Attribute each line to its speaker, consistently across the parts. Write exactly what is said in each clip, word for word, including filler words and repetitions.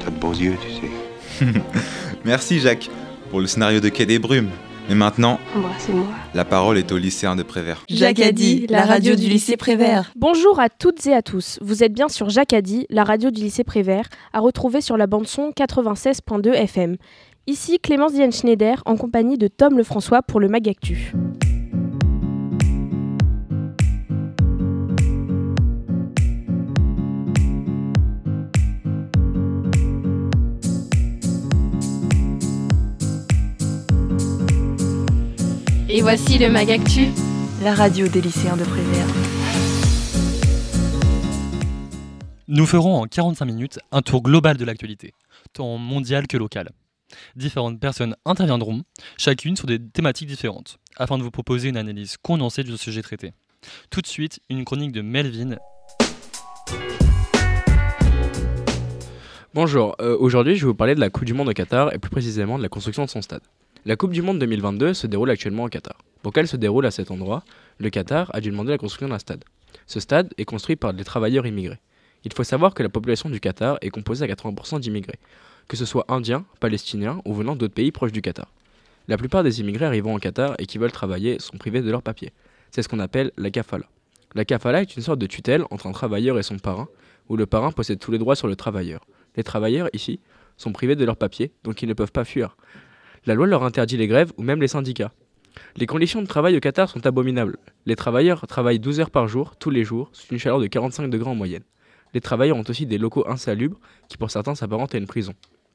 Speaker 1: t'as de beaux yeux, tu sais.
Speaker 2: Merci Jacques pour le scénario de Quai des Brumes. Mais maintenant,
Speaker 3: embrassez-moi.
Speaker 2: La parole est au lycéen de Prévert.
Speaker 4: Jacadi, la radio du lycée Prévert.
Speaker 5: Bonjour à toutes et à tous. Vous êtes bien sur Jacadi, la radio du lycée Prévert, à retrouver sur la bande-son quatre-vingt-seize virgule deux F M. Ici Clémence Diane Schneider en compagnie de Tom Lefrançois pour le Magactu.
Speaker 4: Et voici le Magactu, la radio des lycéens de Prévert.
Speaker 6: Nous ferons en quarante-cinq minutes un tour global de l'actualité, tant mondiale que locale. Différentes personnes interviendront, chacune sur des thématiques différentes, afin de vous proposer une analyse condensée du sujet traité. Tout de suite, une chronique de Melvin.
Speaker 7: Bonjour, euh, aujourd'hui je vais vous parler de la Coupe du Monde au Qatar et plus précisément de la construction de son stade. La Coupe du Monde deux mille vingt-deux se déroule actuellement au Qatar. Pour qu'elle se déroule à cet endroit, le Qatar a dû demander la construction d'un stade. Ce stade est construit par des travailleurs immigrés. Il faut savoir que la population du Qatar est composée à quatre-vingts pour cent d'immigrés, que ce soit indiens, palestiniens ou venant d'autres pays proches du Qatar. La plupart des immigrés arrivant au Qatar et qui veulent travailler sont privés de leurs papiers. C'est ce qu'on appelle la kafala. La kafala est une sorte de tutelle entre un travailleur et son parrain, où le parrain possède tous les droits sur le travailleur. Les travailleurs, ici, sont privés de leurs papiers, donc ils ne peuvent pas fuir. La loi leur interdit les grèves ou même les syndicats. Les conditions de travail au Qatar sont abominables. Les travailleurs travaillent douze heures par jour, tous les jours, sous une chaleur de quarante-cinq degrés en moyenne. Les travailleurs ont aussi des locaux insalubres, qui pour certains s'apparentent à une prison.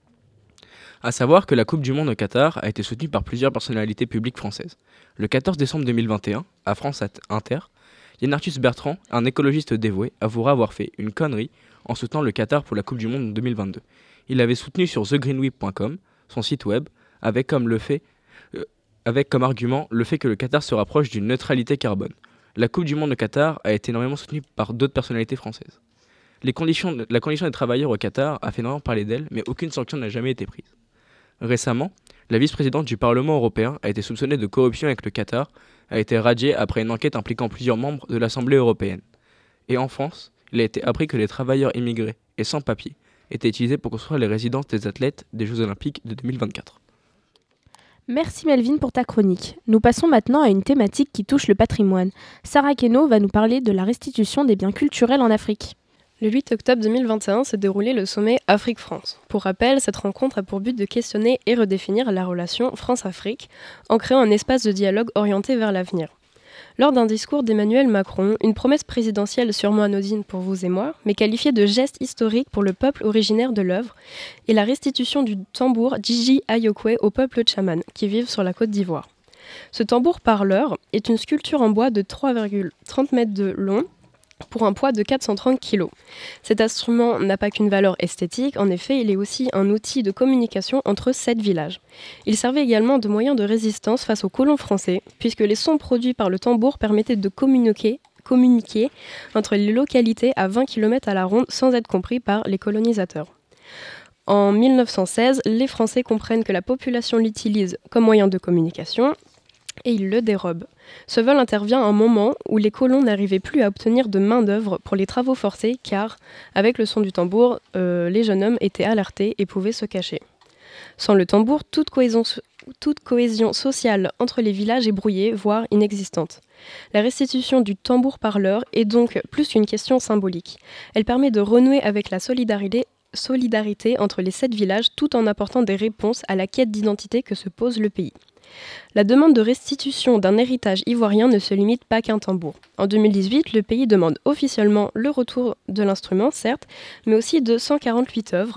Speaker 7: A savoir que la Coupe du Monde au Qatar a été soutenue par plusieurs personnalités publiques françaises. Le quatorze décembre deux mille vingt et un, à France Inter, Yann Arthus Bertrand, un écologiste dévoué, avouera avoir fait une connerie en soutenant le Qatar pour la Coupe du Monde en deux mille vingt-deux. Il avait soutenu sur the green whip point com, son site web, avec comme, le fait, euh, avec comme argument le fait que le Qatar se rapproche d'une neutralité carbone. La Coupe du Monde au Qatar a été énormément soutenue par d'autres personnalités françaises. Les conditions, la condition des travailleurs au Qatar a fait énormément parler d'elle, mais aucune sanction n'a jamais été prise. Récemment, la vice-présidente du Parlement européen a été soupçonnée de corruption avec le Qatar, a été radiée après une enquête impliquant plusieurs membres de l'Assemblée européenne. Et en France, il a été appris que les travailleurs immigrés et sans papier étaient utilisés pour construire les résidences des athlètes des Jeux Olympiques de deux mille vingt-quatre.
Speaker 5: Merci Melvin pour ta chronique. Nous passons maintenant à une thématique qui touche le patrimoine. Sarah Queneau va nous parler de la restitution des biens culturels en Afrique.
Speaker 3: Le huit octobre deux mille vingt et un s'est déroulé le sommet Afrique-France. Pour rappel, cette rencontre a pour but de questionner et redéfinir la relation France-Afrique en créant un espace de dialogue orienté vers l'avenir. Lors d'un discours d'Emmanuel Macron, une promesse présidentielle sûrement anodine pour vous et moi, mais qualifiée de geste historique pour le peuple originaire de l'œuvre, est la restitution du tambour Djidji Ayokwe au peuple tchaman, qui vivent sur la Côte d'Ivoire. Ce tambour parleur est une sculpture en bois de trois virgule trente mètres de long, pour un poids de quatre cent trente kilos. Cet instrument n'a pas qu'une valeur esthétique, en effet, il est aussi un outil de communication entre sept villages. Il servait également de moyen de résistance face aux colons français, puisque les sons produits par le tambour permettaient de communiquer, communiquer entre les localités à vingt kilomètres à la ronde sans être compris par les colonisateurs. En mille neuf cent seize, les Français comprennent que la population l'utilise comme moyen de communication, et ils le dérobent. Ce vol intervient à un moment où les colons n'arrivaient plus à obtenir de main-d'œuvre pour les travaux forcés, car, avec le son du tambour, euh, les jeunes hommes étaient alertés et pouvaient se cacher. Sans le tambour, toute cohésion, toute cohésion sociale entre les villages est brouillée, voire inexistante. La restitution du tambour parleur est donc plus qu'une question symbolique. Elle permet de renouer avec la solidarité, solidarité entre les sept villages, tout en apportant des réponses à la quête d'identité que se pose le pays. La demande de restitution d'un héritage ivoirien ne se limite pas qu'à un tambour. En deux mille dix-huit, le pays demande officiellement le retour de l'instrument, certes, mais aussi de cent quarante-huit œuvres.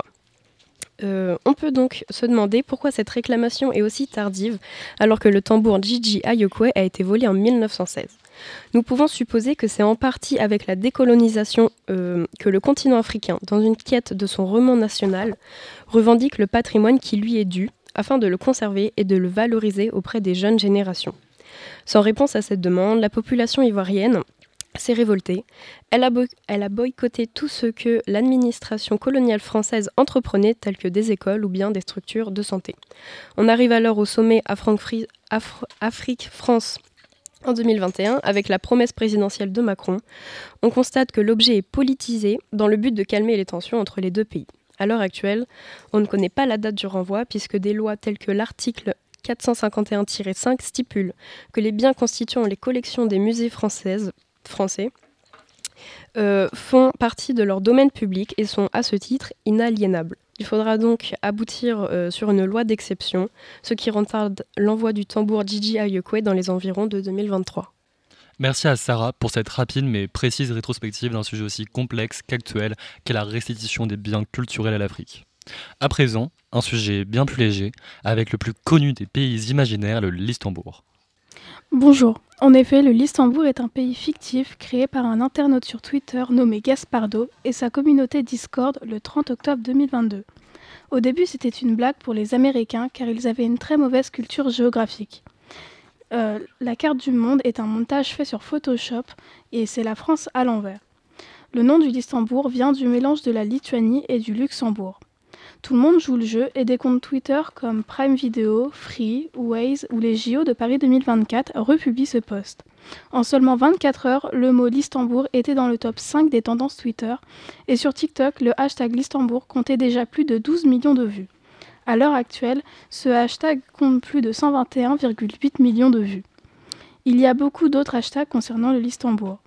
Speaker 3: Euh, on peut donc se demander pourquoi cette réclamation est aussi tardive, alors que le tambour Djidji Ayokwe a été volé en mille neuf cent seize. Nous pouvons supposer que c'est en partie avec la décolonisation euh, que le continent africain, dans une quête de son remous national, revendique le patrimoine qui lui est dû, afin de le conserver et de le valoriser auprès des jeunes générations. Sans réponse à cette demande, la population ivoirienne s'est révoltée. Elle a, boy- elle a boycotté tout ce que l'administration coloniale française entreprenait, telles que des écoles ou bien des structures de santé. On arrive alors au sommet Afro- Afro- Afrique-France en deux mille vingt et un, avec la promesse présidentielle de Macron. On constate que l'objet est politisé dans le but de calmer les tensions entre les deux pays. À l'heure actuelle, on ne connaît pas la date du renvoi puisque des lois telles que l'article quatre cent cinquante et un tiret cinq stipulent que les biens constituant les collections des musées françaises, français euh, font partie de leur domaine public et sont à ce titre inaliénables. Il faudra donc aboutir euh, sur une loi d'exception, ce qui retarde l'envoi du tambour Gigi Ayokwe dans les environs de deux mille vingt-trois.
Speaker 6: Merci à Sarah pour cette rapide mais précise rétrospective d'un sujet aussi complexe qu'actuel qu'est la restitution des biens culturels à l'Afrique. À présent, un sujet bien plus léger, avec le plus connu des pays imaginaires, le Listembourg.
Speaker 8: Bonjour. En effet, le Listembourg est un pays fictif créé par un internaute sur Twitter nommé Gaspardo et sa communauté Discord le trente octobre deux mille vingt-deux. Au début, c'était une blague pour les Américains car ils avaient une très mauvaise culture géographique. Euh, la carte du monde est un montage fait sur Photoshop et c'est la France à l'envers. Le nom du Listembourg vient du mélange de la Lituanie et du Luxembourg. Tout le monde joue le jeu et des comptes Twitter comme Prime Video, Free, Waze ou les J O de Paris deux mille vingt-quatre republient ce post. En seulement vingt-quatre heures, le mot Listembourg était dans le top cinq des tendances Twitter et sur TikTok, le hashtag Listembourg comptait déjà plus de douze millions de vues. À l'heure actuelle, ce hashtag compte plus de cent vingt et un virgule huit millions de vues. Il y a beaucoup d'autres hashtags concernant le Listembourg.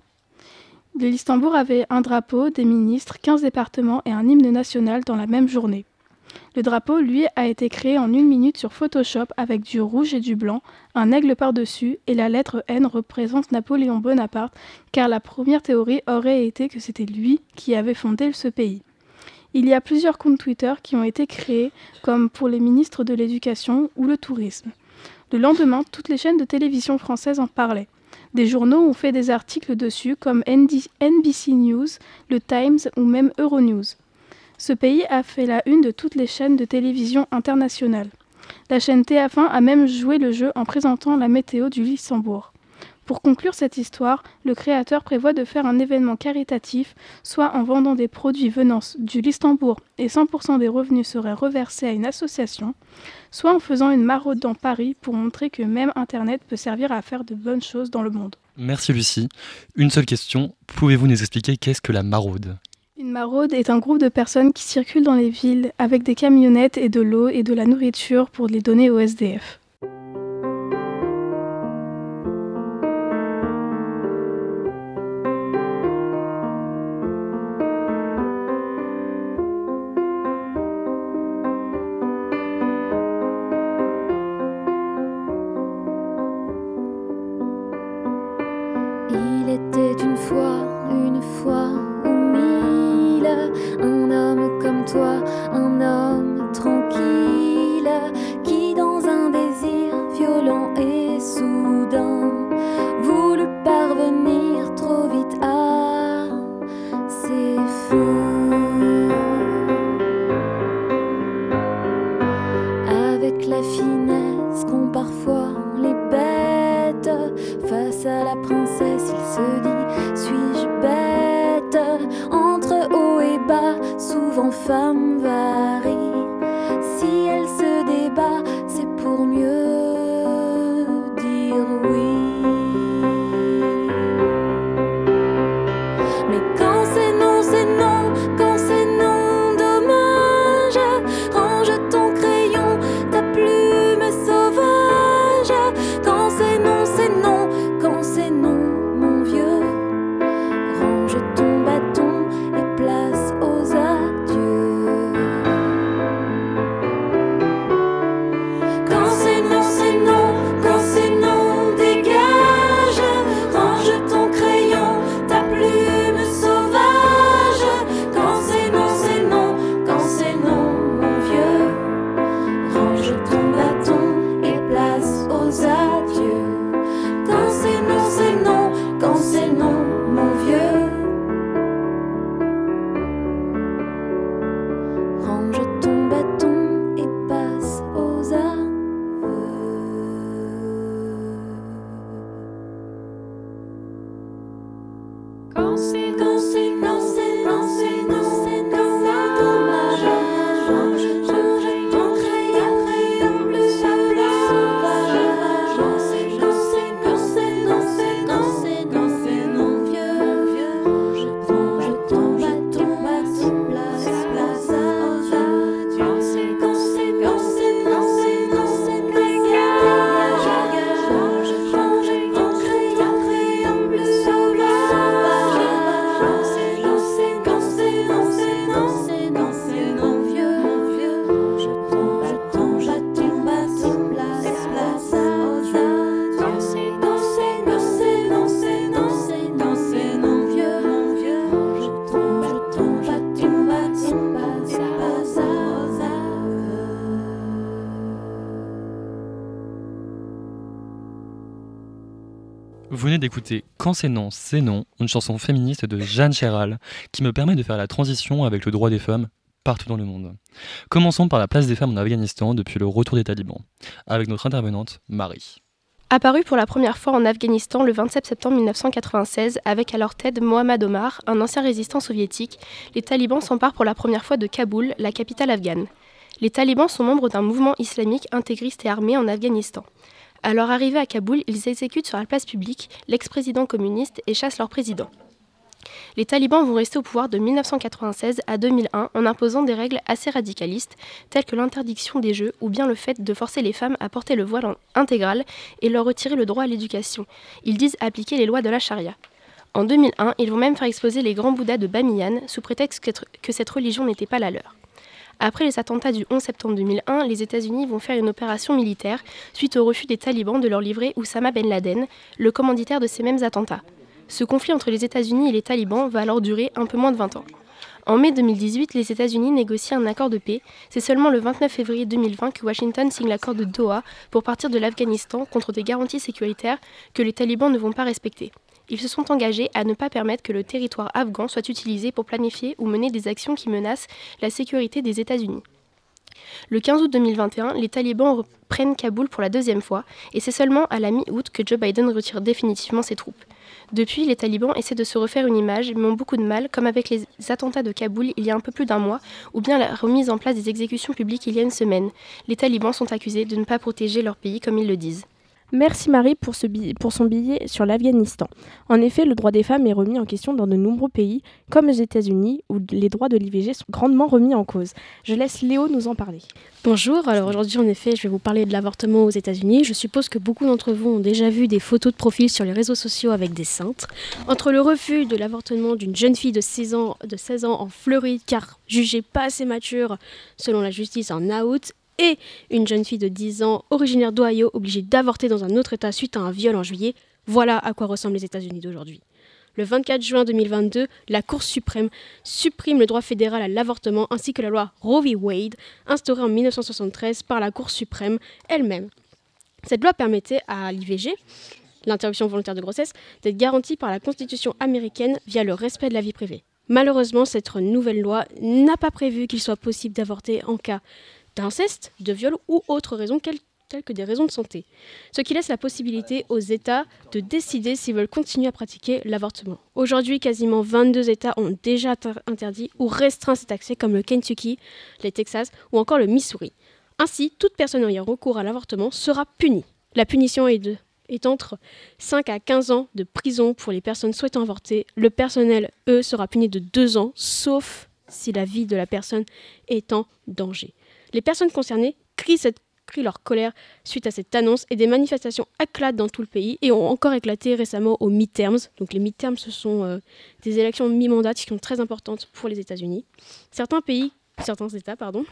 Speaker 8: Le Listembourg avait un drapeau, des ministres, quinze départements et un hymne national dans la même journée. Le drapeau, lui, a été créé en une minute sur Photoshop avec du rouge et du blanc, un aigle par-dessus et la lettre N représente Napoléon Bonaparte car la première théorie aurait été que c'était lui qui avait fondé ce pays. Il y a plusieurs comptes Twitter qui ont été créés, comme pour les ministres de l'Éducation ou le tourisme. Le lendemain, toutes les chaînes de télévision françaises en parlaient. Des journaux ont fait des articles dessus, comme N B C News, le Times ou même Euronews. Ce pays a fait la une de toutes les chaînes de télévision internationales. La chaîne T F un a même joué le jeu en présentant la météo du Luxembourg. Pour conclure cette histoire, le créateur prévoit de faire un événement caritatif, soit en vendant des produits venant du Luxembourg et cent pour cent des revenus seraient reversés à une association, soit en faisant une maraude dans Paris pour montrer que même Internet peut servir à faire de bonnes choses dans le monde.
Speaker 6: Merci Lucie. Une seule question, pouvez-vous nous expliquer qu'est-ce que la maraude ?
Speaker 8: Une maraude est un groupe de personnes qui circulent dans les villes avec des camionnettes et de l'eau et de la nourriture pour les donner aux S D F.
Speaker 9: Il était une fois, une fois ou mille, un homme comme toi, un homme tranquille, qui dans un désir violent et soudain voulut parvenir trop vite à ses fins. Avec la finesse qu'ont parfois les bêtes, face à la princesse, il se dit: suis-je bête? Entre haut et bas, souvent femme varie. Si elle se débat, c'est pour mieux dire oui. Mais quand c'est non, c'est non. Quand c'est non, dommage. Range ton crayon, ta plume sauvage. Quand c'est non, c'est non. Quand c'est non, mon vieux, range ton bâton et place aux adieux.
Speaker 6: Vous venez d'écouter Quand c'est non, c'est non, une chanson féministe de Jeanne Chéral qui me permet de faire la transition avec le droit des femmes partout dans le monde. Commençons par la place des femmes en Afghanistan depuis le retour des talibans, avec notre intervenante Marie.
Speaker 3: Apparu pour la première fois en Afghanistan le vingt-sept septembre mille neuf cent quatre-vingt-seize avec à leur tête Mohammad Omar, un ancien résistant soviétique, les talibans s'emparent pour la première fois de Kaboul, la capitale afghane. Les talibans sont membres d'un mouvement islamique intégriste et armé en Afghanistan. À leur arrivée à Kaboul, ils exécutent sur la place publique l'ex-président communiste et chassent leur président. Les talibans vont rester au pouvoir de mille neuf cent quatre-vingt-seize à deux mille un en imposant des règles assez radicalistes, telles que l'interdiction des jeux ou bien le fait de forcer les femmes à porter le voile intégral et leur retirer le droit à l'éducation. Ils disent appliquer les lois de la charia. En deux mille un, ils vont même faire exploser les grands bouddhas de Bamiyan sous prétexte que cette religion n'était pas la leur. Après les attentats du onze septembre deux mille un, les États-Unis vont faire une opération militaire suite au refus des talibans de leur livrer Oussama Ben Laden, le commanditaire de ces mêmes attentats. Ce conflit entre les États-Unis et les talibans va alors durer un peu moins de vingt ans. En mai deux mille dix-huit, les États-Unis négocient un accord de paix. C'est seulement le vingt-neuf février deux mille vingt que Washington signe l'accord de Doha pour partir de l'Afghanistan contre des garanties sécuritaires que les talibans ne vont pas respecter. Ils se sont engagés à ne pas permettre que le territoire afghan soit utilisé pour planifier ou mener des actions qui menacent la sécurité des États-Unis. Le quinze août deux mille vingt et un, les talibans reprennent Kaboul pour la deuxième fois et c'est seulement à la mi-août que Joe Biden retire définitivement ses troupes. Depuis, les talibans essaient de se refaire une image mais ont beaucoup de mal, comme avec les attentats de Kaboul il y a un peu plus d'un mois ou bien la remise en place des exécutions publiques il y a une semaine. Les talibans sont accusés de ne pas protéger leur pays comme ils le disent.
Speaker 5: Merci Marie pour, ce billet, pour son billet sur l'Afghanistan. En effet, le droit des femmes est remis en question dans de nombreux pays, comme aux États-Unis, où les droits de l'I V G sont grandement remis en cause. Je laisse Léo nous en parler.
Speaker 10: Bonjour, alors aujourd'hui en effet je vais vous parler de l'avortement aux États-Unis. Je suppose que beaucoup d'entre vous ont déjà vu des photos de profil sur les réseaux sociaux avec des cintres. Entre le refus de l'avortement d'une jeune fille de seize ans, de seize ans en Floride car jugée pas assez mature selon la justice en août, et une jeune fille de dix ans originaire d'Ohio obligée d'avorter dans un autre état suite à un viol en juillet, voilà à quoi ressemblent les États-Unis d'aujourd'hui. Le vingt-quatre juin deux mille vingt-deux, la Cour suprême supprime le droit fédéral à l'avortement ainsi que la loi Roe v. Wade, instaurée en mille neuf cent soixante-treize par la Cour suprême elle-même. Cette loi permettait à l'I V G, l'interruption volontaire de grossesse, d'être garantie par la Constitution américaine via le respect de la vie privée. Malheureusement, cette nouvelle loi n'a pas prévu qu'il soit possible d'avorter en cas d'inceste, de viol ou autres raisons telles que des raisons de santé. Ce qui laisse la possibilité aux États de décider s'ils veulent continuer à pratiquer l'avortement. Aujourd'hui, quasiment vingt-deux États ont déjà interdit ou restreint cet accès comme le Kentucky, le Texas ou encore le Missouri. Ainsi, toute personne ayant recours à l'avortement sera punie. La punition est, de, est entre cinq à quinze ans de prison pour les personnes souhaitant avorter. Le personnel, eux, sera puni de deux ans, sauf si la vie de la personne est en danger. Les personnes concernées crient, cette, crient leur colère suite à cette annonce et des manifestations éclatent dans tout le pays et ont encore éclaté récemment aux midterms. Donc les midterms, ce sont euh, des élections mi-mandat qui sont très importantes pour les États-Unis. Certains pays, certains États, pardon,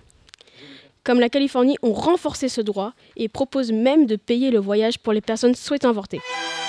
Speaker 10: comme la Californie, ont renforcé ce droit et proposent même de payer le voyage pour les personnes souhaitant avorter.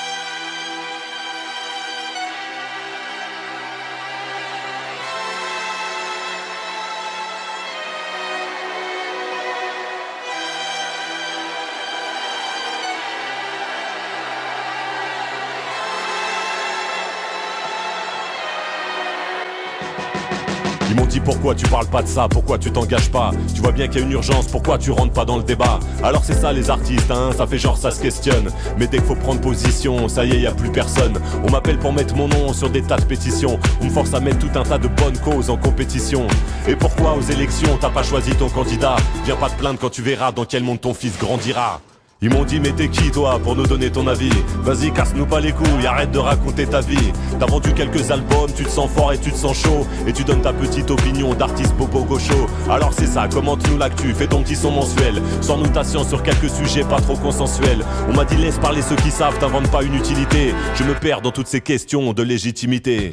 Speaker 11: Ils m'ont dit pourquoi tu parles pas de ça, pourquoi tu t'engages pas. Tu vois bien qu'il y a une urgence, pourquoi tu rentres pas dans le débat. Alors c'est ça les artistes, hein, ça fait genre ça se questionne. Mais dès qu'il faut prendre position, ça y est, y a plus personne. On m'appelle pour mettre mon nom sur des tas de pétitions. On me force à mettre tout un tas de bonnes causes en compétition. Et pourquoi aux élections t'as pas choisi ton candidat? Viens pas te plaindre quand tu verras dans quel monde ton fils grandira. Ils m'ont dit mais t'es qui toi pour nous donner ton avis? Vas-y casse-nous pas les couilles, arrête de raconter ta vie. T'as vendu quelques albums, tu te sens fort et tu te sens chaud. Et tu donnes ta petite opinion d'artiste bobo gaucho. Alors c'est ça, commente-nous l'actu, fais ton petit son mensuel. Sors-nous ta science sur quelques sujets pas trop consensuels. On m'a dit laisse parler ceux qui savent, t'inventes pas une utilité. Je me perds dans toutes ces questions de légitimité.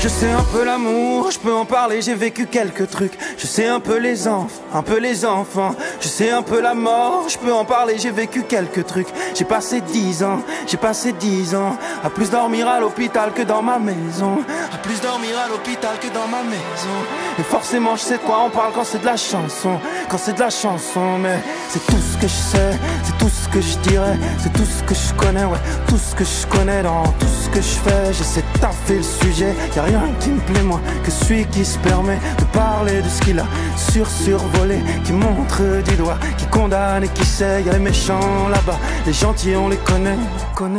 Speaker 12: Je sais un peu l'amour, je peux en parler, j'ai vécu quelques trucs. Je sais un peu les enfants, un peu les enfants. Je sais un peu la mort, je peux en parler, j'ai vécu quelques trucs. J'ai passé dix ans, j'ai passé dix ans à plus dormir à l'hôpital que dans ma maison. À plus dormir à l'hôpital que dans ma maison. Et forcément je sais de quoi on parle quand c'est de la chanson. Quand c'est de la chanson, mais c'est tout ce que je sais, c'est tout ce que je dirais, c'est tout ce que je connais, ouais, tout ce que je connais dans tout ce que je fais. J'essaie de taffer le sujet, y'a rien qui me plaît moins que celui qui se permet de parler de ce qu'il a sur-survolé, qui montre du doigt, qui condamne et qui sait. Y'a les méchants là-bas, les gentils on les connaît, on connaît.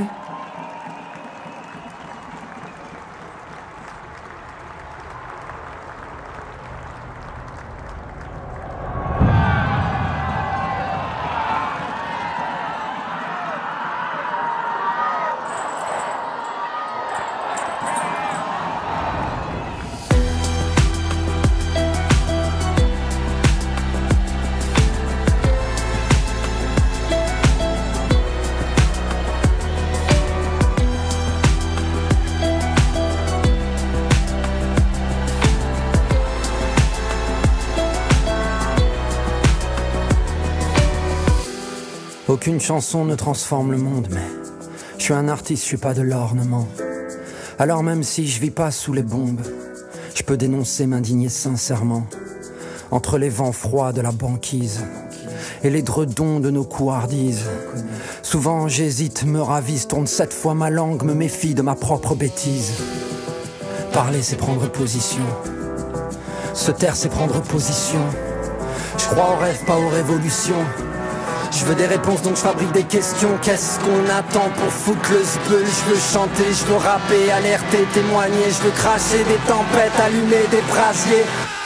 Speaker 13: Aucune chanson ne transforme le monde, mais je suis un artiste, je suis pas de l'ornement. Alors même si je vis pas sous les bombes, je peux dénoncer, m'indigner sincèrement. Entre les vents froids de la banquise et les dredons de nos couardises, souvent j'hésite, me ravise, tourne sept fois ma langue, me méfie de ma propre bêtise. Parler c'est prendre position, se taire c'est prendre position. Je crois aux rêves, pas aux révolutions. Je veux des réponses donc je fabrique des questions. Qu'est-ce qu'on attend pour foutre le zbeul? Je veux chanter, je veux rapper, alerter, témoigner. Je veux cracher des tempêtes, allumer des brasiers.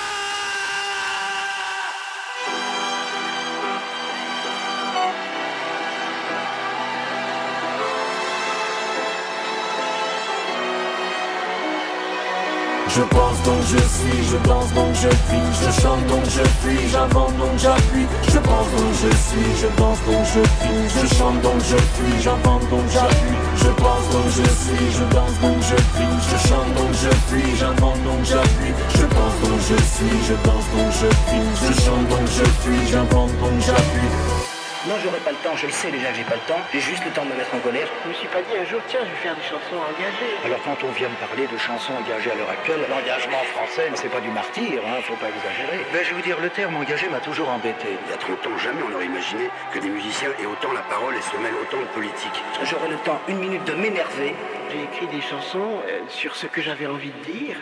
Speaker 14: Je pense donc je suis, je danse donc je crie, je chante donc je fuis, j'invente donc j'appuie. Je pense donc je suis, je danse donc je crie, je chante donc je fuis, j'invente donc j'appuie. Je pense donc je suis, je danse donc je crie, je chante donc je fuis, j'invente donc j'appuie. Je pense donc je suis, je danse donc je crie, je chante donc je fuis, j'invente donc j'appuie.
Speaker 15: Non, j'aurai pas le temps, je le sais déjà que j'ai pas le temps, j'ai juste le temps de me mettre en colère.
Speaker 16: Je me suis pas dit un jour, tiens, je vais faire des chansons engagées.
Speaker 15: Alors quand on vient me parler de chansons engagées à l'heure actuelle, l'engagement français, c'est pas du martyr, hein, faut pas exagérer. Ben, je vais vous dire, le terme engagé m'a toujours embêté.
Speaker 17: Il y a trente ans, jamais on aurait imaginé que des musiciens aient autant la parole et se mêlent autant de politique.
Speaker 15: J'aurai le temps, une minute, de m'énerver.
Speaker 16: J'ai écrit des chansons euh, sur ce que j'avais envie de dire.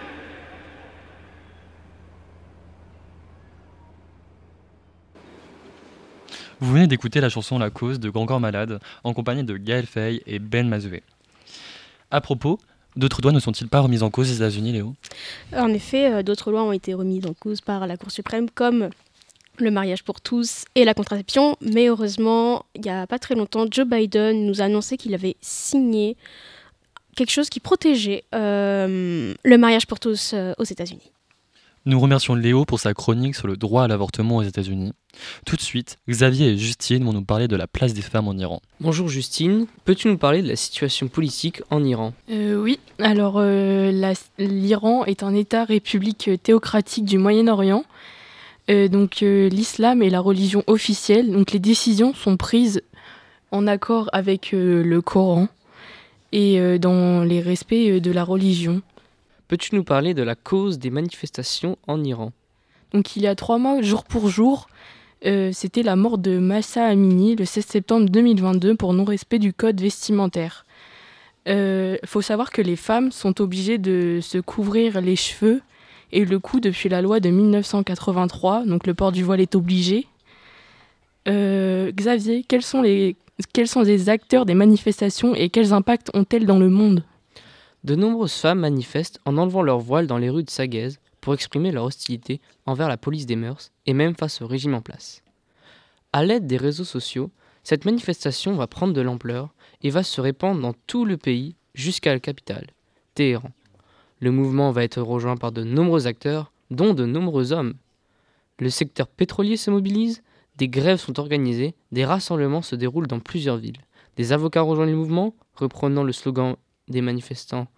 Speaker 6: Vous venez d'écouter la chanson La Cause de Grand Corps Malade en compagnie de Gaël Faye et Ben Mazué. À propos, d'autres lois ne sont-ils pas remises en cause aux États-Unis, Léo ?
Speaker 10: En effet, euh, d'autres lois ont été remises en cause par la Cour suprême, comme le mariage pour tous et la contraception. Mais heureusement, il n'y a pas très longtemps, Joe Biden nous a annoncé qu'il avait signé quelque chose qui protégeait euh, le mariage pour tous euh, aux États-Unis.
Speaker 6: Nous remercions Léo pour sa chronique sur le droit à l'avortement aux États-Unis. Tout de suite, Xavier et Justine vont nous parler de la place des femmes en Iran.
Speaker 18: Bonjour Justine, peux-tu nous parler de la situation politique en Iran ?
Speaker 19: euh, Oui, alors euh, la, l'Iran est un État république théocratique du Moyen-Orient. Euh, donc euh, l'islam est la religion officielle, donc les décisions sont prises en accord avec euh, le Coran et euh, dans les respects euh, de la religion.
Speaker 18: Peux-tu nous parler de la cause des manifestations en Iran ?
Speaker 19: Donc il y a trois mois, jour pour jour, euh, c'était la mort de Mahsa Amini le seize septembre deux mille vingt-deux pour non-respect du code vestimentaire. Il euh, faut savoir que les femmes sont obligées de se couvrir les cheveux et le cou depuis la loi de mille neuf cent quatre-vingt-trois, donc le port du voile est obligé. Euh, Xavier, quels sont, les, quels sont les acteurs des manifestations et quels impacts ont-elles dans le monde ?
Speaker 18: De nombreuses femmes manifestent en enlevant leur voile dans les rues de Saguez pour exprimer leur hostilité envers la police des mœurs et même face au régime en place. À l'aide des réseaux sociaux, cette manifestation va prendre de l'ampleur et va se répandre dans tout le pays jusqu'à la capitale, Téhéran. Le mouvement va être rejoint par de nombreux acteurs, dont de nombreux hommes. Le secteur pétrolier se mobilise, des grèves sont organisées, des rassemblements se déroulent dans plusieurs villes. Des avocats rejoignent le mouvement, reprenant le slogan des manifestants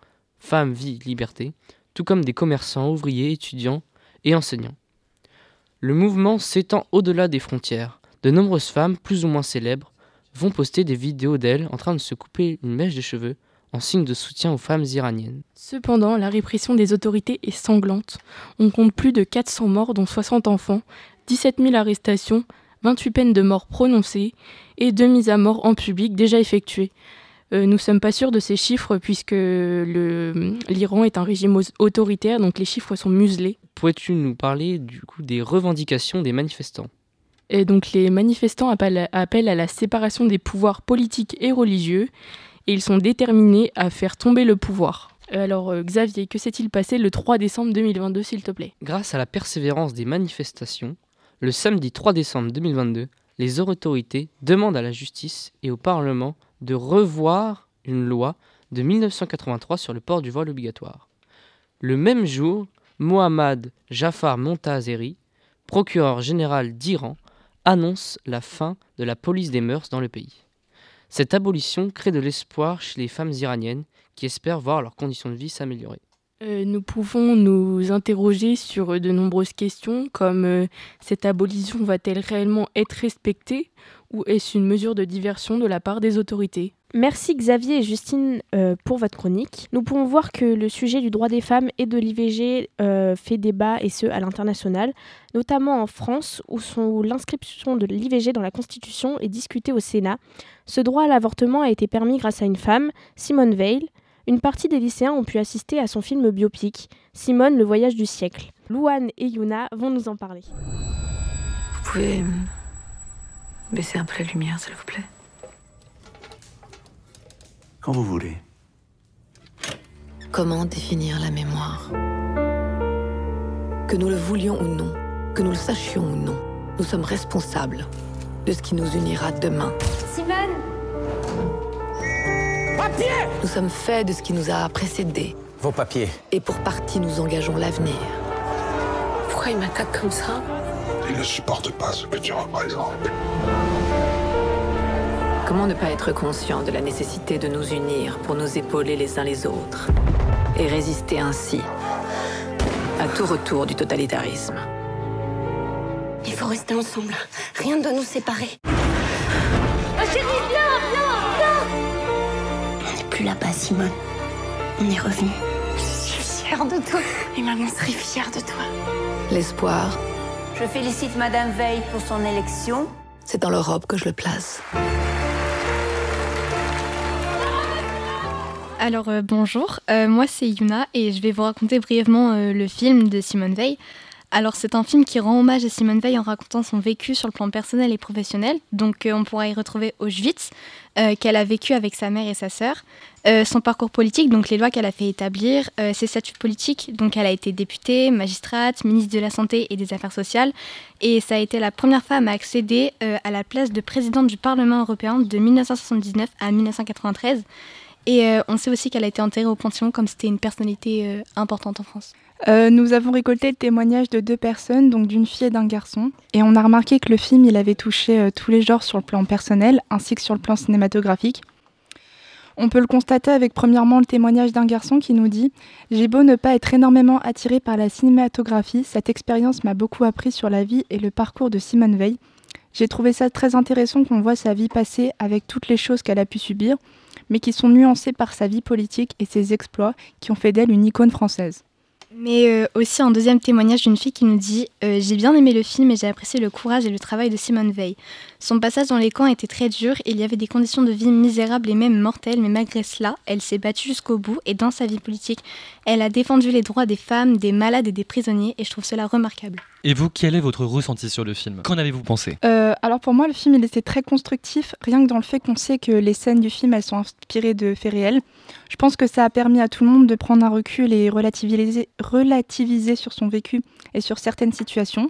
Speaker 18: Femmes, Vie, Liberté, tout comme des commerçants, ouvriers, étudiants et enseignants. Le mouvement s'étend au-delà des frontières. De nombreuses femmes, plus ou moins célèbres, vont poster des vidéos d'elles en train de se couper une mèche de cheveux en signe de soutien aux femmes iraniennes.
Speaker 19: Cependant, la répression des autorités est sanglante. On compte plus de quatre cents morts, dont soixante enfants, dix-sept mille arrestations, vingt-huit peines de mort prononcées et deux mises à mort en public déjà effectuées. Euh, nous ne sommes pas sûrs de ces chiffres puisque le, l'Iran est un régime autoritaire, donc les chiffres sont muselés.
Speaker 18: Pourrais-tu nous parler du coup des revendications des manifestants ?
Speaker 19: Et donc les manifestants appellent, appellent à la séparation des pouvoirs politiques et religieux et ils sont déterminés à faire tomber le pouvoir. Alors euh, Xavier, que s'est-il passé le trois décembre deux mille vingt-deux, s'il te plaît ?
Speaker 18: Grâce à la persévérance des manifestations, le samedi trois décembre deux mille vingt-deux, les autorités demandent à la justice et au Parlement de revoir une loi de mille neuf cent quatre-vingt-trois sur le port du voile obligatoire. Le même jour, Mohammad Jafar Montazeri, procureur général d'Iran, annonce la fin de la police des mœurs dans le pays. Cette abolition crée de l'espoir chez les femmes iraniennes qui espèrent voir leurs conditions de vie s'améliorer.
Speaker 19: Euh, nous pouvons nous interroger sur de nombreuses questions comme euh, cette abolition va-t-elle réellement être respectée ou est-ce une mesure de diversion de la part des autorités ?
Speaker 5: Merci Xavier et Justine euh, pour votre chronique. Nous pouvons voir que le sujet du droit des femmes et de l'I V G euh, fait débat, et ce à l'international, notamment en France où, son, où l'inscription de l'I V G dans la Constitution est discutée au Sénat. Ce droit à l'avortement a été permis grâce à une femme, Simone Veil. Une partie des lycéens ont pu assister à son film biopic, Simone, le voyage du siècle. Louane et Yuna vont nous en parler.
Speaker 20: Vous pouvez baisser un peu la lumière, s'il vous plaît ?
Speaker 21: Quand vous voulez.
Speaker 20: Comment définir la mémoire ? Que nous le voulions ou non, que nous le sachions ou non, nous sommes responsables de ce qui nous unira demain.
Speaker 9: Simone !
Speaker 20: Papier ! Nous sommes faits de ce qui nous a précédés.
Speaker 21: Vos papiers.
Speaker 20: Et pour partie, nous engageons l'avenir.
Speaker 9: Pourquoi il m'attaque comme ça ?
Speaker 22: Il ne supporte pas ce que tu représentes.
Speaker 20: Comment ne pas être conscient de la nécessité de nous unir pour nous épauler les uns les autres et résister ainsi à tout retour du totalitarisme.
Speaker 9: Il faut rester ensemble. Rien ne doit nous séparer. Ma chérie, viens, viens, viens ! On n'est plus là-bas, Simone. On est revenu. Je suis fière de toi. Et maman serait fière de toi.
Speaker 20: L'espoir.
Speaker 23: Je félicite Madame Veil pour son élection.
Speaker 20: C'est dans l'Europe que je le place.
Speaker 24: Alors euh, bonjour, euh, moi c'est Yuna et je vais vous raconter brièvement euh, le film de Simone Veil. Alors c'est un film qui rend hommage à Simone Veil en racontant son vécu sur le plan personnel et professionnel. Donc euh, on pourra y retrouver Auschwitz, euh, qu'elle a vécu avec sa mère et sa sœur, euh, son parcours politique, donc les lois qu'elle a fait établir, euh, ses statuts politiques, donc elle a été députée, magistrate, ministre de la Santé et des Affaires sociales, et ça a été la première femme à accéder euh, à la place de présidente du Parlement européen de dix-neuf cent soixante-dix-neuf à dix-neuf cent quatre-vingt-treize. Et euh, on sait aussi qu'elle a été enterrée au Panthéon comme c'était une personnalité euh, importante en France.
Speaker 25: Euh, nous avons récolté le témoignage de deux personnes, donc d'une fille et d'un garçon. Et on a remarqué que le film il avait touché euh, tous les genres sur le plan personnel ainsi que sur le plan cinématographique. On peut le constater avec premièrement le témoignage d'un garçon qui nous dit « J'ai beau ne pas être énormément attiré par la cinématographie, cette expérience m'a beaucoup appris sur la vie et le parcours de Simone Veil. J'ai trouvé ça très intéressant qu'on voit sa vie passer avec toutes les choses qu'elle a pu subir, mais qui sont nuancées par sa vie politique et ses exploits qui ont fait d'elle une icône française. »
Speaker 24: Mais euh, aussi un deuxième témoignage d'une fille qui nous dit euh, « J'ai bien aimé le film et j'ai apprécié le courage et le travail de Simone Veil. Son passage dans les camps était très dur et il y avait des conditions de vie misérables et même mortelles, mais malgré cela, elle s'est battue jusqu'au bout et dans sa vie politique, elle a défendu les droits des femmes, des malades et des prisonniers et je trouve cela remarquable. »
Speaker 6: Et vous, quel est votre ressenti sur le film ? Qu'en avez-vous pensé ?
Speaker 25: euh, Alors pour moi, le film il était très constructif, rien que dans le fait qu'on sait que les scènes du film elles sont inspirées de faits réels. Je pense que ça a permis à tout le monde de prendre un recul et relativiser, relativiser sur son vécu et sur certaines situations.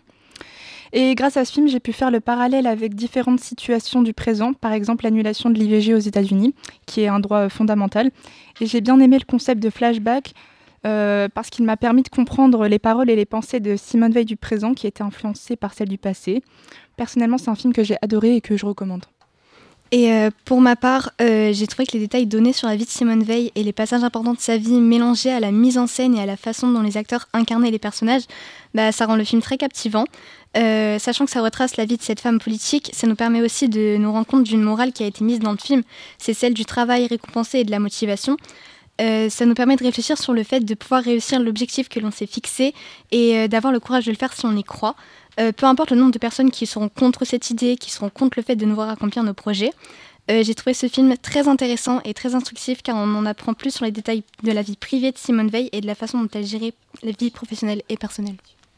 Speaker 25: Et grâce à ce film, j'ai pu faire le parallèle avec différentes situations du présent, par exemple l'annulation de l'I V G aux États-Unis, qui est un droit fondamental. Et j'ai bien aimé le concept de flashback, Euh, parce qu'il m'a permis de comprendre les paroles et les pensées de Simone Veil du présent qui étaient influencées par celles du passé. Personnellement, c'est un film que j'ai adoré et que je recommande.
Speaker 24: Et euh, pour ma part, euh, j'ai trouvé que les détails donnés sur la vie de Simone Veil et les passages importants de sa vie mélangés à la mise en scène et à la façon dont les acteurs incarnaient les personnages, bah, ça rend le film très captivant. Euh, sachant que ça retrace la vie de cette femme politique, ça nous permet aussi de nous rendre compte d'une morale qui a été mise dans le film, c'est celle du travail récompensé et de la motivation. Euh, ça nous permet de réfléchir sur le fait de pouvoir réussir l'objectif que l'on s'est fixé et euh, d'avoir le courage de le faire si on y croit. Euh, peu importe le nombre de personnes qui seront contre cette idée, qui seront contre le fait de nous voir accomplir nos projets. Euh, j'ai trouvé ce film très intéressant et très instructif car on en apprend plus sur les détails de la vie privée de Simone Veil et de la façon dont elle gérait la vie professionnelle et personnelle.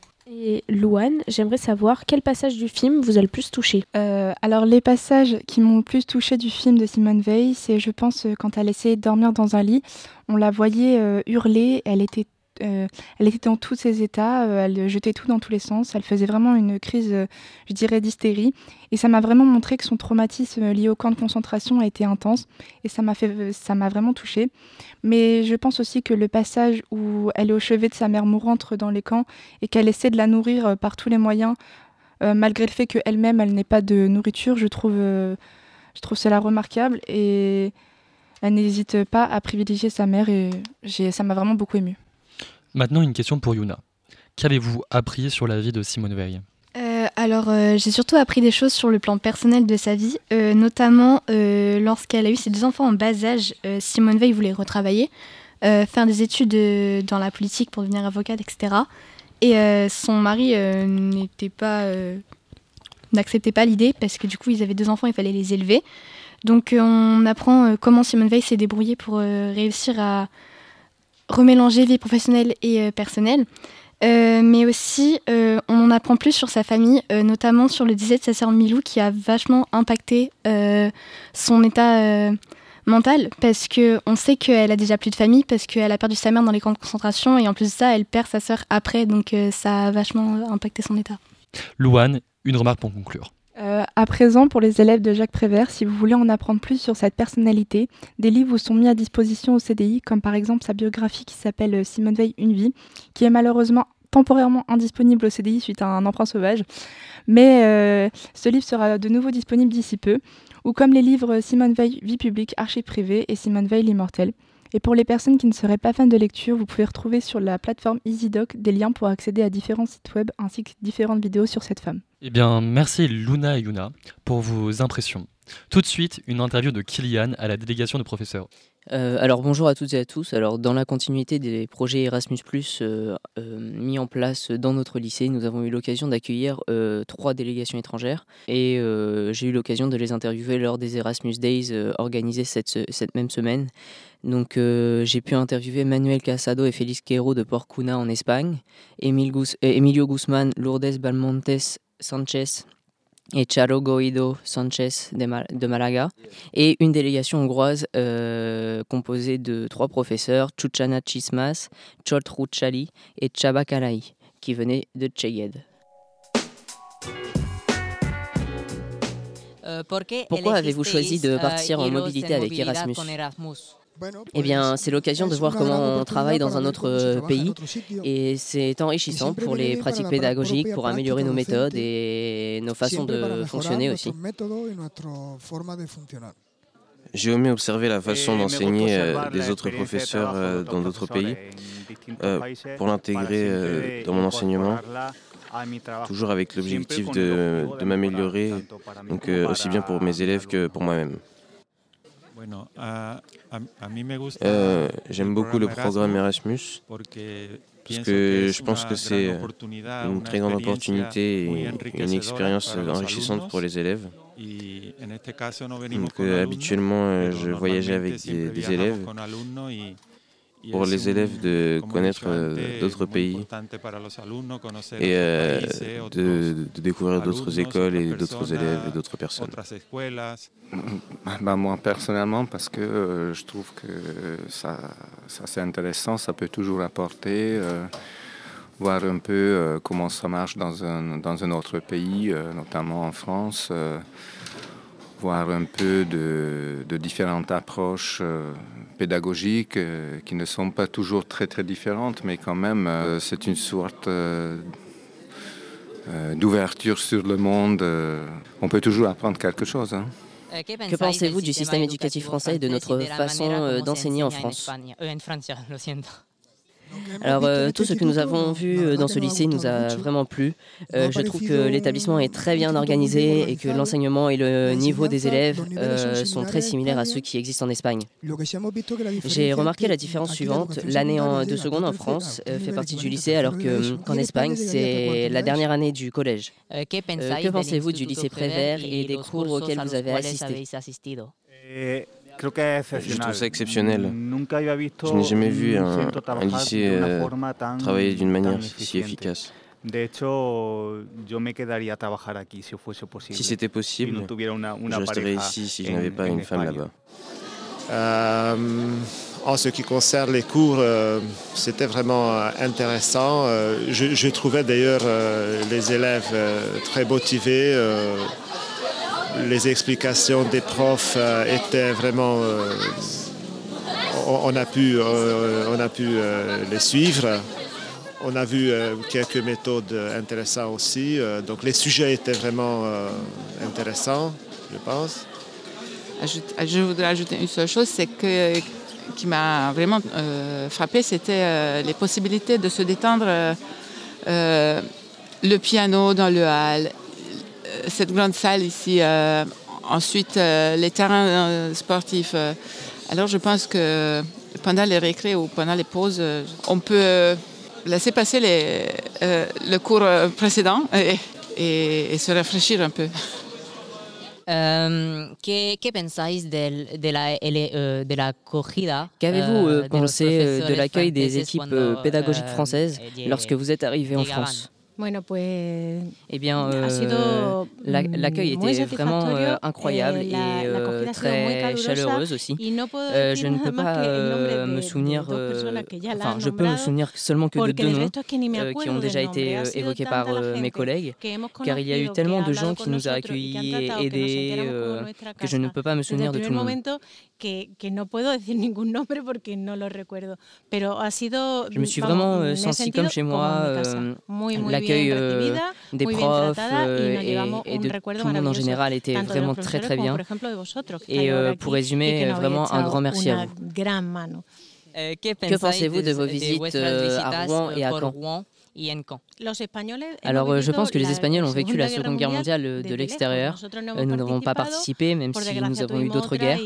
Speaker 5: Et Louane, j'aimerais savoir quel passage du film vous a le plus touché.
Speaker 25: Euh, alors les passages qui m'ont le plus touché du film de Simone Veil, c'est je pense quand elle essayait de dormir dans un lit, on la voyait euh, hurler, elle était Euh, elle était dans tous ses états, euh, elle jetait tout dans tous les sens, elle faisait vraiment une crise, euh, je dirais, d'hystérie. Et ça m'a vraiment montré que son traumatisme lié au camp de concentration a été intense et ça m'a fait, ça m'a vraiment touchée. Mais je pense aussi que le passage où elle est au chevet de sa mère mourante dans les camps et qu'elle essaie de la nourrir euh, par tous les moyens, euh, malgré le fait qu'elle-même, elle n'ait pas de nourriture, je trouve, euh, je trouve cela remarquable et elle n'hésite pas à privilégier sa mère et j'ai, ça m'a vraiment beaucoup émue.
Speaker 6: Maintenant, une question pour Yuna. Qu'avez-vous appris sur la vie de Simone Veil ?
Speaker 24: euh, Alors, euh, j'ai surtout appris des choses sur le plan personnel de sa vie, euh, notamment euh, lorsqu'elle a eu ses deux enfants en bas âge, euh, Simone Veil voulait retravailler, euh, faire des études euh, dans la politique pour devenir avocate, et cetera. Et euh, son mari euh, n'était pas, euh, n'acceptait pas l'idée parce que du coup, ils avaient deux enfants, il fallait les élever. Donc, euh, on apprend euh, comment Simone Veil s'est débrouillée pour euh, réussir à remélanger vie professionnelle et euh, personnelle. Euh, mais aussi, euh, on en apprend plus sur sa famille, euh, notamment sur le décès de sa sœur Milou, qui a vachement impacté euh, son état euh, mental, parce qu'on sait qu'elle a déjà plus de famille, parce qu'elle a perdu sa mère dans les camps de concentration, et en plus de ça, elle perd sa sœur après, donc euh, ça a vachement impacté son état.
Speaker 6: Louane, une remarque pour conclure.
Speaker 25: Euh, à présent, pour les élèves de Jacques Prévert, si vous voulez en apprendre plus sur cette personnalité, des livres vous sont mis à disposition au C D I, comme par exemple sa biographie qui s'appelle Simone Veil, Une vie, qui est malheureusement temporairement indisponible au C D I suite à un emprunt sauvage. Mais euh, ce livre sera de nouveau disponible d'ici peu, ou comme les livres Simone Veil, Vie publique, Archives privées et Simone Veil, l'immortel. Et pour les personnes qui ne seraient pas fans de lecture, vous pouvez retrouver sur la plateforme EasyDoc des liens pour accéder à différents sites web ainsi que différentes vidéos sur cette femme.
Speaker 6: Eh bien, merci Luna et Yuna pour vos impressions. Tout de suite, une interview de Kylian à la délégation de professeurs.
Speaker 18: Euh, alors bonjour à toutes et à tous. Alors dans la continuité des projets Erasmus plus, euh, euh, mis en place dans notre lycée, nous avons eu l'occasion d'accueillir euh, trois délégations étrangères et euh, j'ai eu l'occasion de les interviewer lors des Erasmus Days euh, organisés cette, cette même semaine. Donc euh, j'ai pu interviewer Manuel Casado et Félix Quero de Porcuna en Espagne, Emil Gus- euh, Emilio Guzmán, Lourdes Balmontes Sanchez et Charo Goido Sanchez de, Mal- de Malaga, et une délégation hongroise euh, composée de trois professeurs, Chuchana Chismas, Csolt Rucali et Csaba Kalai, qui venaient de Szeged.
Speaker 1: Euh,
Speaker 18: Pourquoi avez-vous choisi de partir en mobilité avec Erasmus ? Eh bien, c'est l'occasion de voir comment on travaille dans un autre pays et c'est enrichissant pour les pratiques pédagogiques, pour améliorer nos méthodes et nos façons de fonctionner aussi.
Speaker 2: J'ai aimé observer la façon d'enseigner euh, des autres professeurs euh, dans d'autres pays euh, pour l'intégrer euh, dans mon enseignement, toujours avec l'objectif de, de m'améliorer, donc euh, aussi bien pour mes élèves que pour moi-même. Euh, j'aime beaucoup le programme Erasmus parce que je pense que c'est une très grande opportunité et une expérience enrichissante pour les élèves. Donc, euh, habituellement, euh, je voyageais avec des, des élèves. Pour les élèves de connaître euh, d'autres pays et euh, de, de découvrir d'autres écoles et d'autres élèves et d'autres personnes.
Speaker 4: Bah, moi personnellement, parce que euh, je trouve que ça, ça c'est intéressant, ça peut toujours apporter, euh, voir un peu euh, comment ça marche dans un, dans un autre pays, euh, notamment en France, euh, voir un peu de, de différentes approches euh, pédagogiques euh, qui ne sont pas toujours très très différentes, mais quand même euh, c'est une sorte euh, euh, d'ouverture sur le monde. Euh, on peut toujours apprendre quelque chose. Hein.
Speaker 1: Que pensez-vous du système éducatif français et de notre façon euh, d'enseigner en France? Alors, euh, tout ce que nous avons vu euh, dans ce lycée nous a vraiment plu. Euh, je trouve que l'établissement est très bien organisé et que l'enseignement et le niveau des élèves euh, sont très similaires à ceux qui existent en Espagne. J'ai remarqué la différence suivante. L'année en- de seconde en France euh, fait partie du lycée alors que, qu'en Espagne, c'est la dernière année du collège. Euh, que pensez-vous du lycée Prévert et des cours auxquels vous avez assisté?
Speaker 2: Je trouve ça exceptionnel. Je n'ai jamais vu un, un lycée euh, travailler d'une manière si efficace. Si c'était possible, je resterais ici si je n'avais pas une femme là-bas.
Speaker 3: Euh, en ce qui concerne les cours, euh, c'était vraiment euh, intéressant. Euh, je, je trouvais d'ailleurs euh, les élèves euh, très motivés. Euh, les explications des profs euh, étaient vraiment... Euh, on, on a pu, euh, on a pu euh, les suivre. On a vu euh, quelques méthodes intéressantes aussi. Euh, donc les sujets étaient vraiment euh, intéressants, je pense.
Speaker 7: Je voudrais ajouter une seule chose, c'est que qui m'a vraiment euh, frappé, c'était euh, les possibilités de se détendre. Euh, euh, le piano dans le hall, cette grande salle ici, euh, ensuite euh, les terrains euh, sportifs. Euh. Alors je pense que pendant les récrés ou pendant les pauses, euh, on peut euh, laisser passer les, euh, le cours précédent et, et, et se rafraîchir un peu.
Speaker 1: Euh, ¿qué, ¿Qué pensáis de, de, la, euh, de la acogida? Qu'avez-vous euh, pensé euh, de l'accueil des équipes euh, pédagogiques françaises lorsque vous êtes arrivé en France?
Speaker 8: Bueno, pues,
Speaker 1: eh bien, euh, la, l'accueil était vraiment euh, incroyable et euh, très chaleureuse aussi. Euh, je ne peux pas euh, me souvenir, euh, enfin, je peux me souvenir seulement que de deux noms euh, qui ont déjà été euh, évoqués par euh, mes collègues, car il y a eu tellement de gens qui nous ont accueillis et aidés euh, que je ne peux pas me souvenir de tout le monde.
Speaker 8: Que, que no puedo decir ningún nombre porque no lo recuerdo, pero ha sido,
Speaker 1: je me suis vraiment euh, senti comme chez moi, euh, l'accueil euh, des profs euh, et, et de tout le monde en général était vraiment très très bien. Et euh, pour résumer, vraiment un grand merci à vous. Euh, que pensez-vous de vos visites euh, à Rouen et à Caen? Alors, euh, je pense que les Espagnols ont vécu la Seconde Guerre mondiale de l'extérieur. Euh, nous n'avons pas participé, même si nous avons eu d'autres guerres.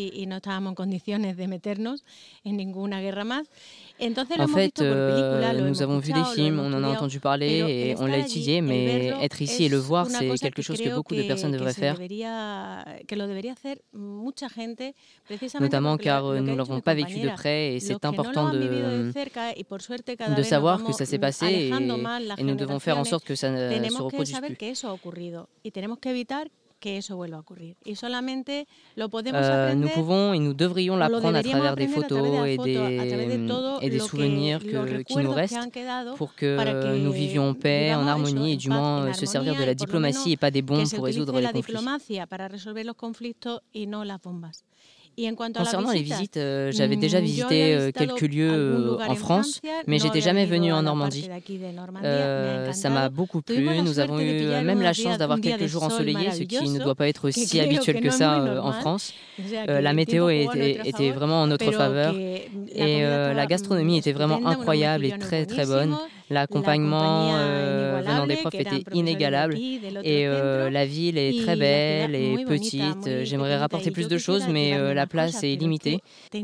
Speaker 1: En fait, euh, nous avons vu des films, on en a entendu parler et on l'a étudié, mais être ici et le voir, c'est quelque chose que beaucoup de personnes devraient faire. Notamment car euh, nous ne l'avons pas vécu de près et c'est important de, de savoir que ça s'est passé et, et nous devons faire en sorte que ça ne se reproduise plus. Euh, nous pouvons et nous devrions l'apprendre à travers des photos et des, et des souvenirs que, qui nous restent pour que nous vivions en paix, en harmonie et du moins se servir de la diplomatie et pas des bombes pour résoudre les conflits. Concernant les visites, euh, j'avais déjà visité euh, quelques lieux euh, en France, mais j'étais jamais venue en Normandie. Euh, ça m'a beaucoup plu. Nous avons eu même la chance d'avoir quelques jours ensoleillés, ce qui ne doit pas être si habituel que ça euh, en France. Euh, la météo était, était vraiment en notre faveur et euh, la gastronomie était vraiment incroyable et très très bonne. L'accompagnement euh, venant des profs était inégalable et euh, la ville est très belle et petite. J'aimerais rapporter plus de choses, mais euh, la place est limitée. Et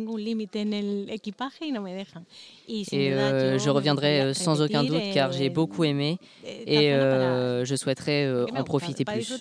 Speaker 1: euh, je reviendrai euh, sans aucun doute car j'ai beaucoup aimé et euh, je souhaiterais euh, en profiter plus.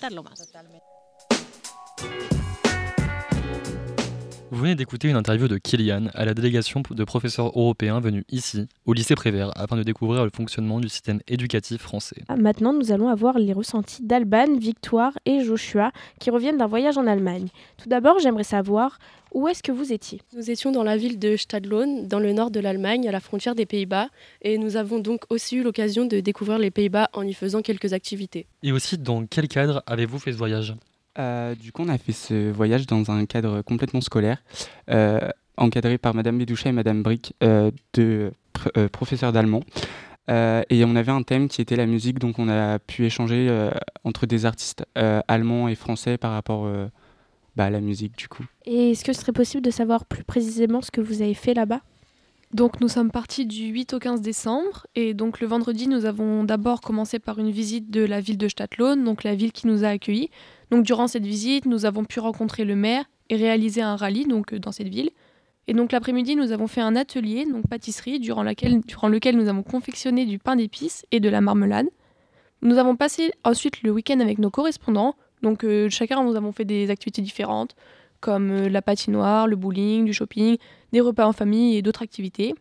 Speaker 6: Vous venez d'écouter une interview de Kylian à la délégation de professeurs européens venus ici, au lycée Prévert, afin de découvrir le fonctionnement du système éducatif français.
Speaker 5: Maintenant, nous allons avoir les ressentis d'Alban, Victoire et Joshua qui reviennent d'un voyage en Allemagne. Tout d'abord, j'aimerais savoir où est-ce que vous étiez ?
Speaker 21: Nous étions dans la ville de Stadtlohn, dans le nord de l'Allemagne, à la frontière des Pays-Bas, et nous avons donc aussi eu l'occasion de découvrir les Pays-Bas en y faisant quelques activités.
Speaker 6: Et aussi, dans quel cadre avez-vous fait ce voyage ?
Speaker 26: Euh, du coup, on a fait ce voyage dans un cadre complètement scolaire, euh, encadré par Madame Bédouchet et Madame Brick, euh, deux pr- euh, professeurs d'allemand. Euh, et on avait un thème qui était la musique, donc on a pu échanger euh, entre des artistes euh, allemands et français par rapport, euh, bah, la musique du coup.
Speaker 5: Et est-ce que ce serait possible de savoir plus précisément ce que vous avez fait là-bas ?
Speaker 21: Donc nous sommes partis du huit au quinze décembre et donc le vendredi nous avons d'abord commencé par une visite de la ville de Stadtlohn, donc la ville qui nous a accueillis. Donc durant cette visite nous avons pu rencontrer le maire et réaliser un rallye donc, dans cette ville. Et donc l'après-midi nous avons fait un atelier, donc pâtisserie, durant, laquelle, durant lequel nous avons confectionné du pain d'épices et de la marmelade. Nous avons passé ensuite le week-end avec nos correspondants, donc euh, chacun nous avons fait des activités différentes, comme euh, la patinoire, le bowling, du shopping, des repas en famille et d'autres activités.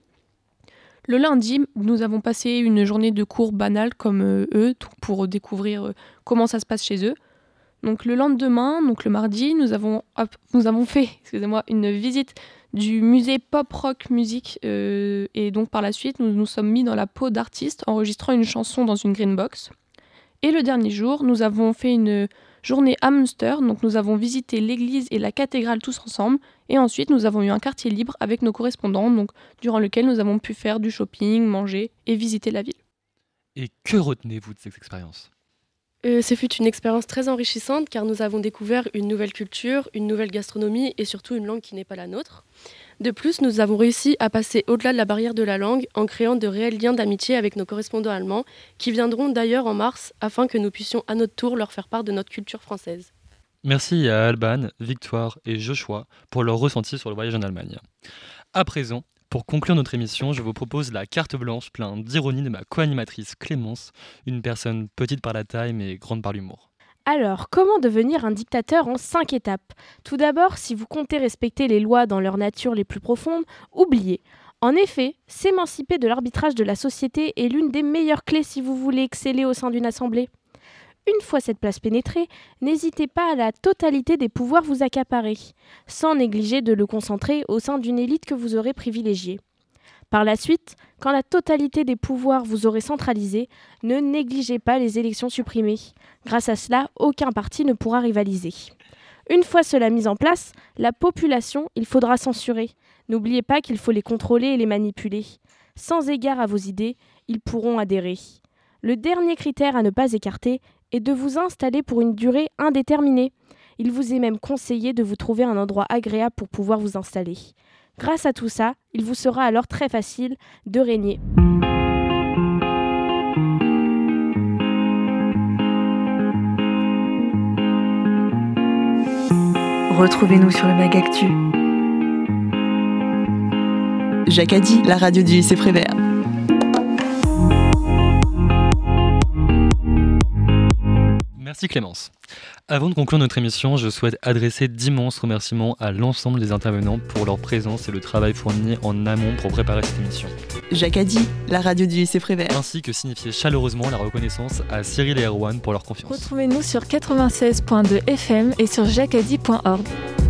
Speaker 21: Le lundi, nous avons passé une journée de cours banale comme euh, eux, pour découvrir euh, comment ça se passe chez eux. Donc le lendemain, donc le mardi, nous avons, hop, nous avons fait excusez-moi, une visite du musée Pop Rock Music euh, et donc par la suite, nous nous sommes mis dans la peau d'artistes enregistrant une chanson dans une green box. Et le dernier jour, nous avons fait une journée à Münster, donc nous avons visité l'église et la cathédrale tous ensemble, et ensuite nous avons eu un quartier libre avec nos correspondants, donc durant lequel nous avons pu faire du shopping, manger et visiter la ville.
Speaker 6: Et que retenez-vous de cette expérience ?
Speaker 21: Euh, ce fut une expérience très enrichissante car nous avons découvert une nouvelle culture, une nouvelle gastronomie et surtout une langue qui n'est pas la nôtre. De plus, nous avons réussi à passer au-delà de la barrière de la langue en créant de réels liens d'amitié avec nos correspondants allemands qui viendront d'ailleurs en mars afin que nous puissions à notre tour leur faire part de notre culture française.
Speaker 6: Merci à Alban, Victoire et Joshua pour leur ressenti sur le voyage en Allemagne. À présent, pour conclure notre émission, je vous propose la carte blanche pleine d'ironie de ma co-animatrice Clémence, une personne petite par la taille mais grande par l'humour.
Speaker 5: Alors, comment devenir un dictateur en cinq étapes ? Tout d'abord, si vous comptez respecter les lois dans leur nature les plus profondes, oubliez. En effet, s'émanciper de l'arbitrage de la société est l'une des meilleures clés si vous voulez exceller au sein d'une assemblée. Une fois cette place pénétrée, n'hésitez pas à la totalité des pouvoirs vous accaparer, sans négliger de le concentrer au sein d'une élite que vous aurez privilégiée. Par la suite, quand la totalité des pouvoirs vous aurez centralisé, ne négligez pas les élections supprimées. Grâce à cela, aucun parti ne pourra rivaliser. Une fois cela mis en place, la population, il faudra censurer. N'oubliez pas qu'il faut les contrôler et les manipuler. Sans égard à vos idées, ils pourront adhérer. Le dernier critère à ne pas écarter est de vous installer pour une durée indéterminée. Il vous est même conseillé de vous trouver un endroit agréable pour pouvoir vous installer. Grâce à tout ça, il vous sera alors très facile de régner.
Speaker 11: Retrouvez-nous sur le Mag Actu. Jacadi, la radio du lycée Prévert.
Speaker 6: Merci Clémence. Avant de conclure notre émission, je souhaite adresser d'immenses remerciements à l'ensemble des intervenants pour leur présence et le travail fourni en amont pour préparer cette émission.
Speaker 11: Jacadi, la radio du lycée Prévert.
Speaker 6: Ainsi que signifier chaleureusement la reconnaissance à Cyril et Erwan pour leur confiance.
Speaker 12: Retrouvez-nous sur quatre-vingt-seize point deux F M et sur jacadi point org.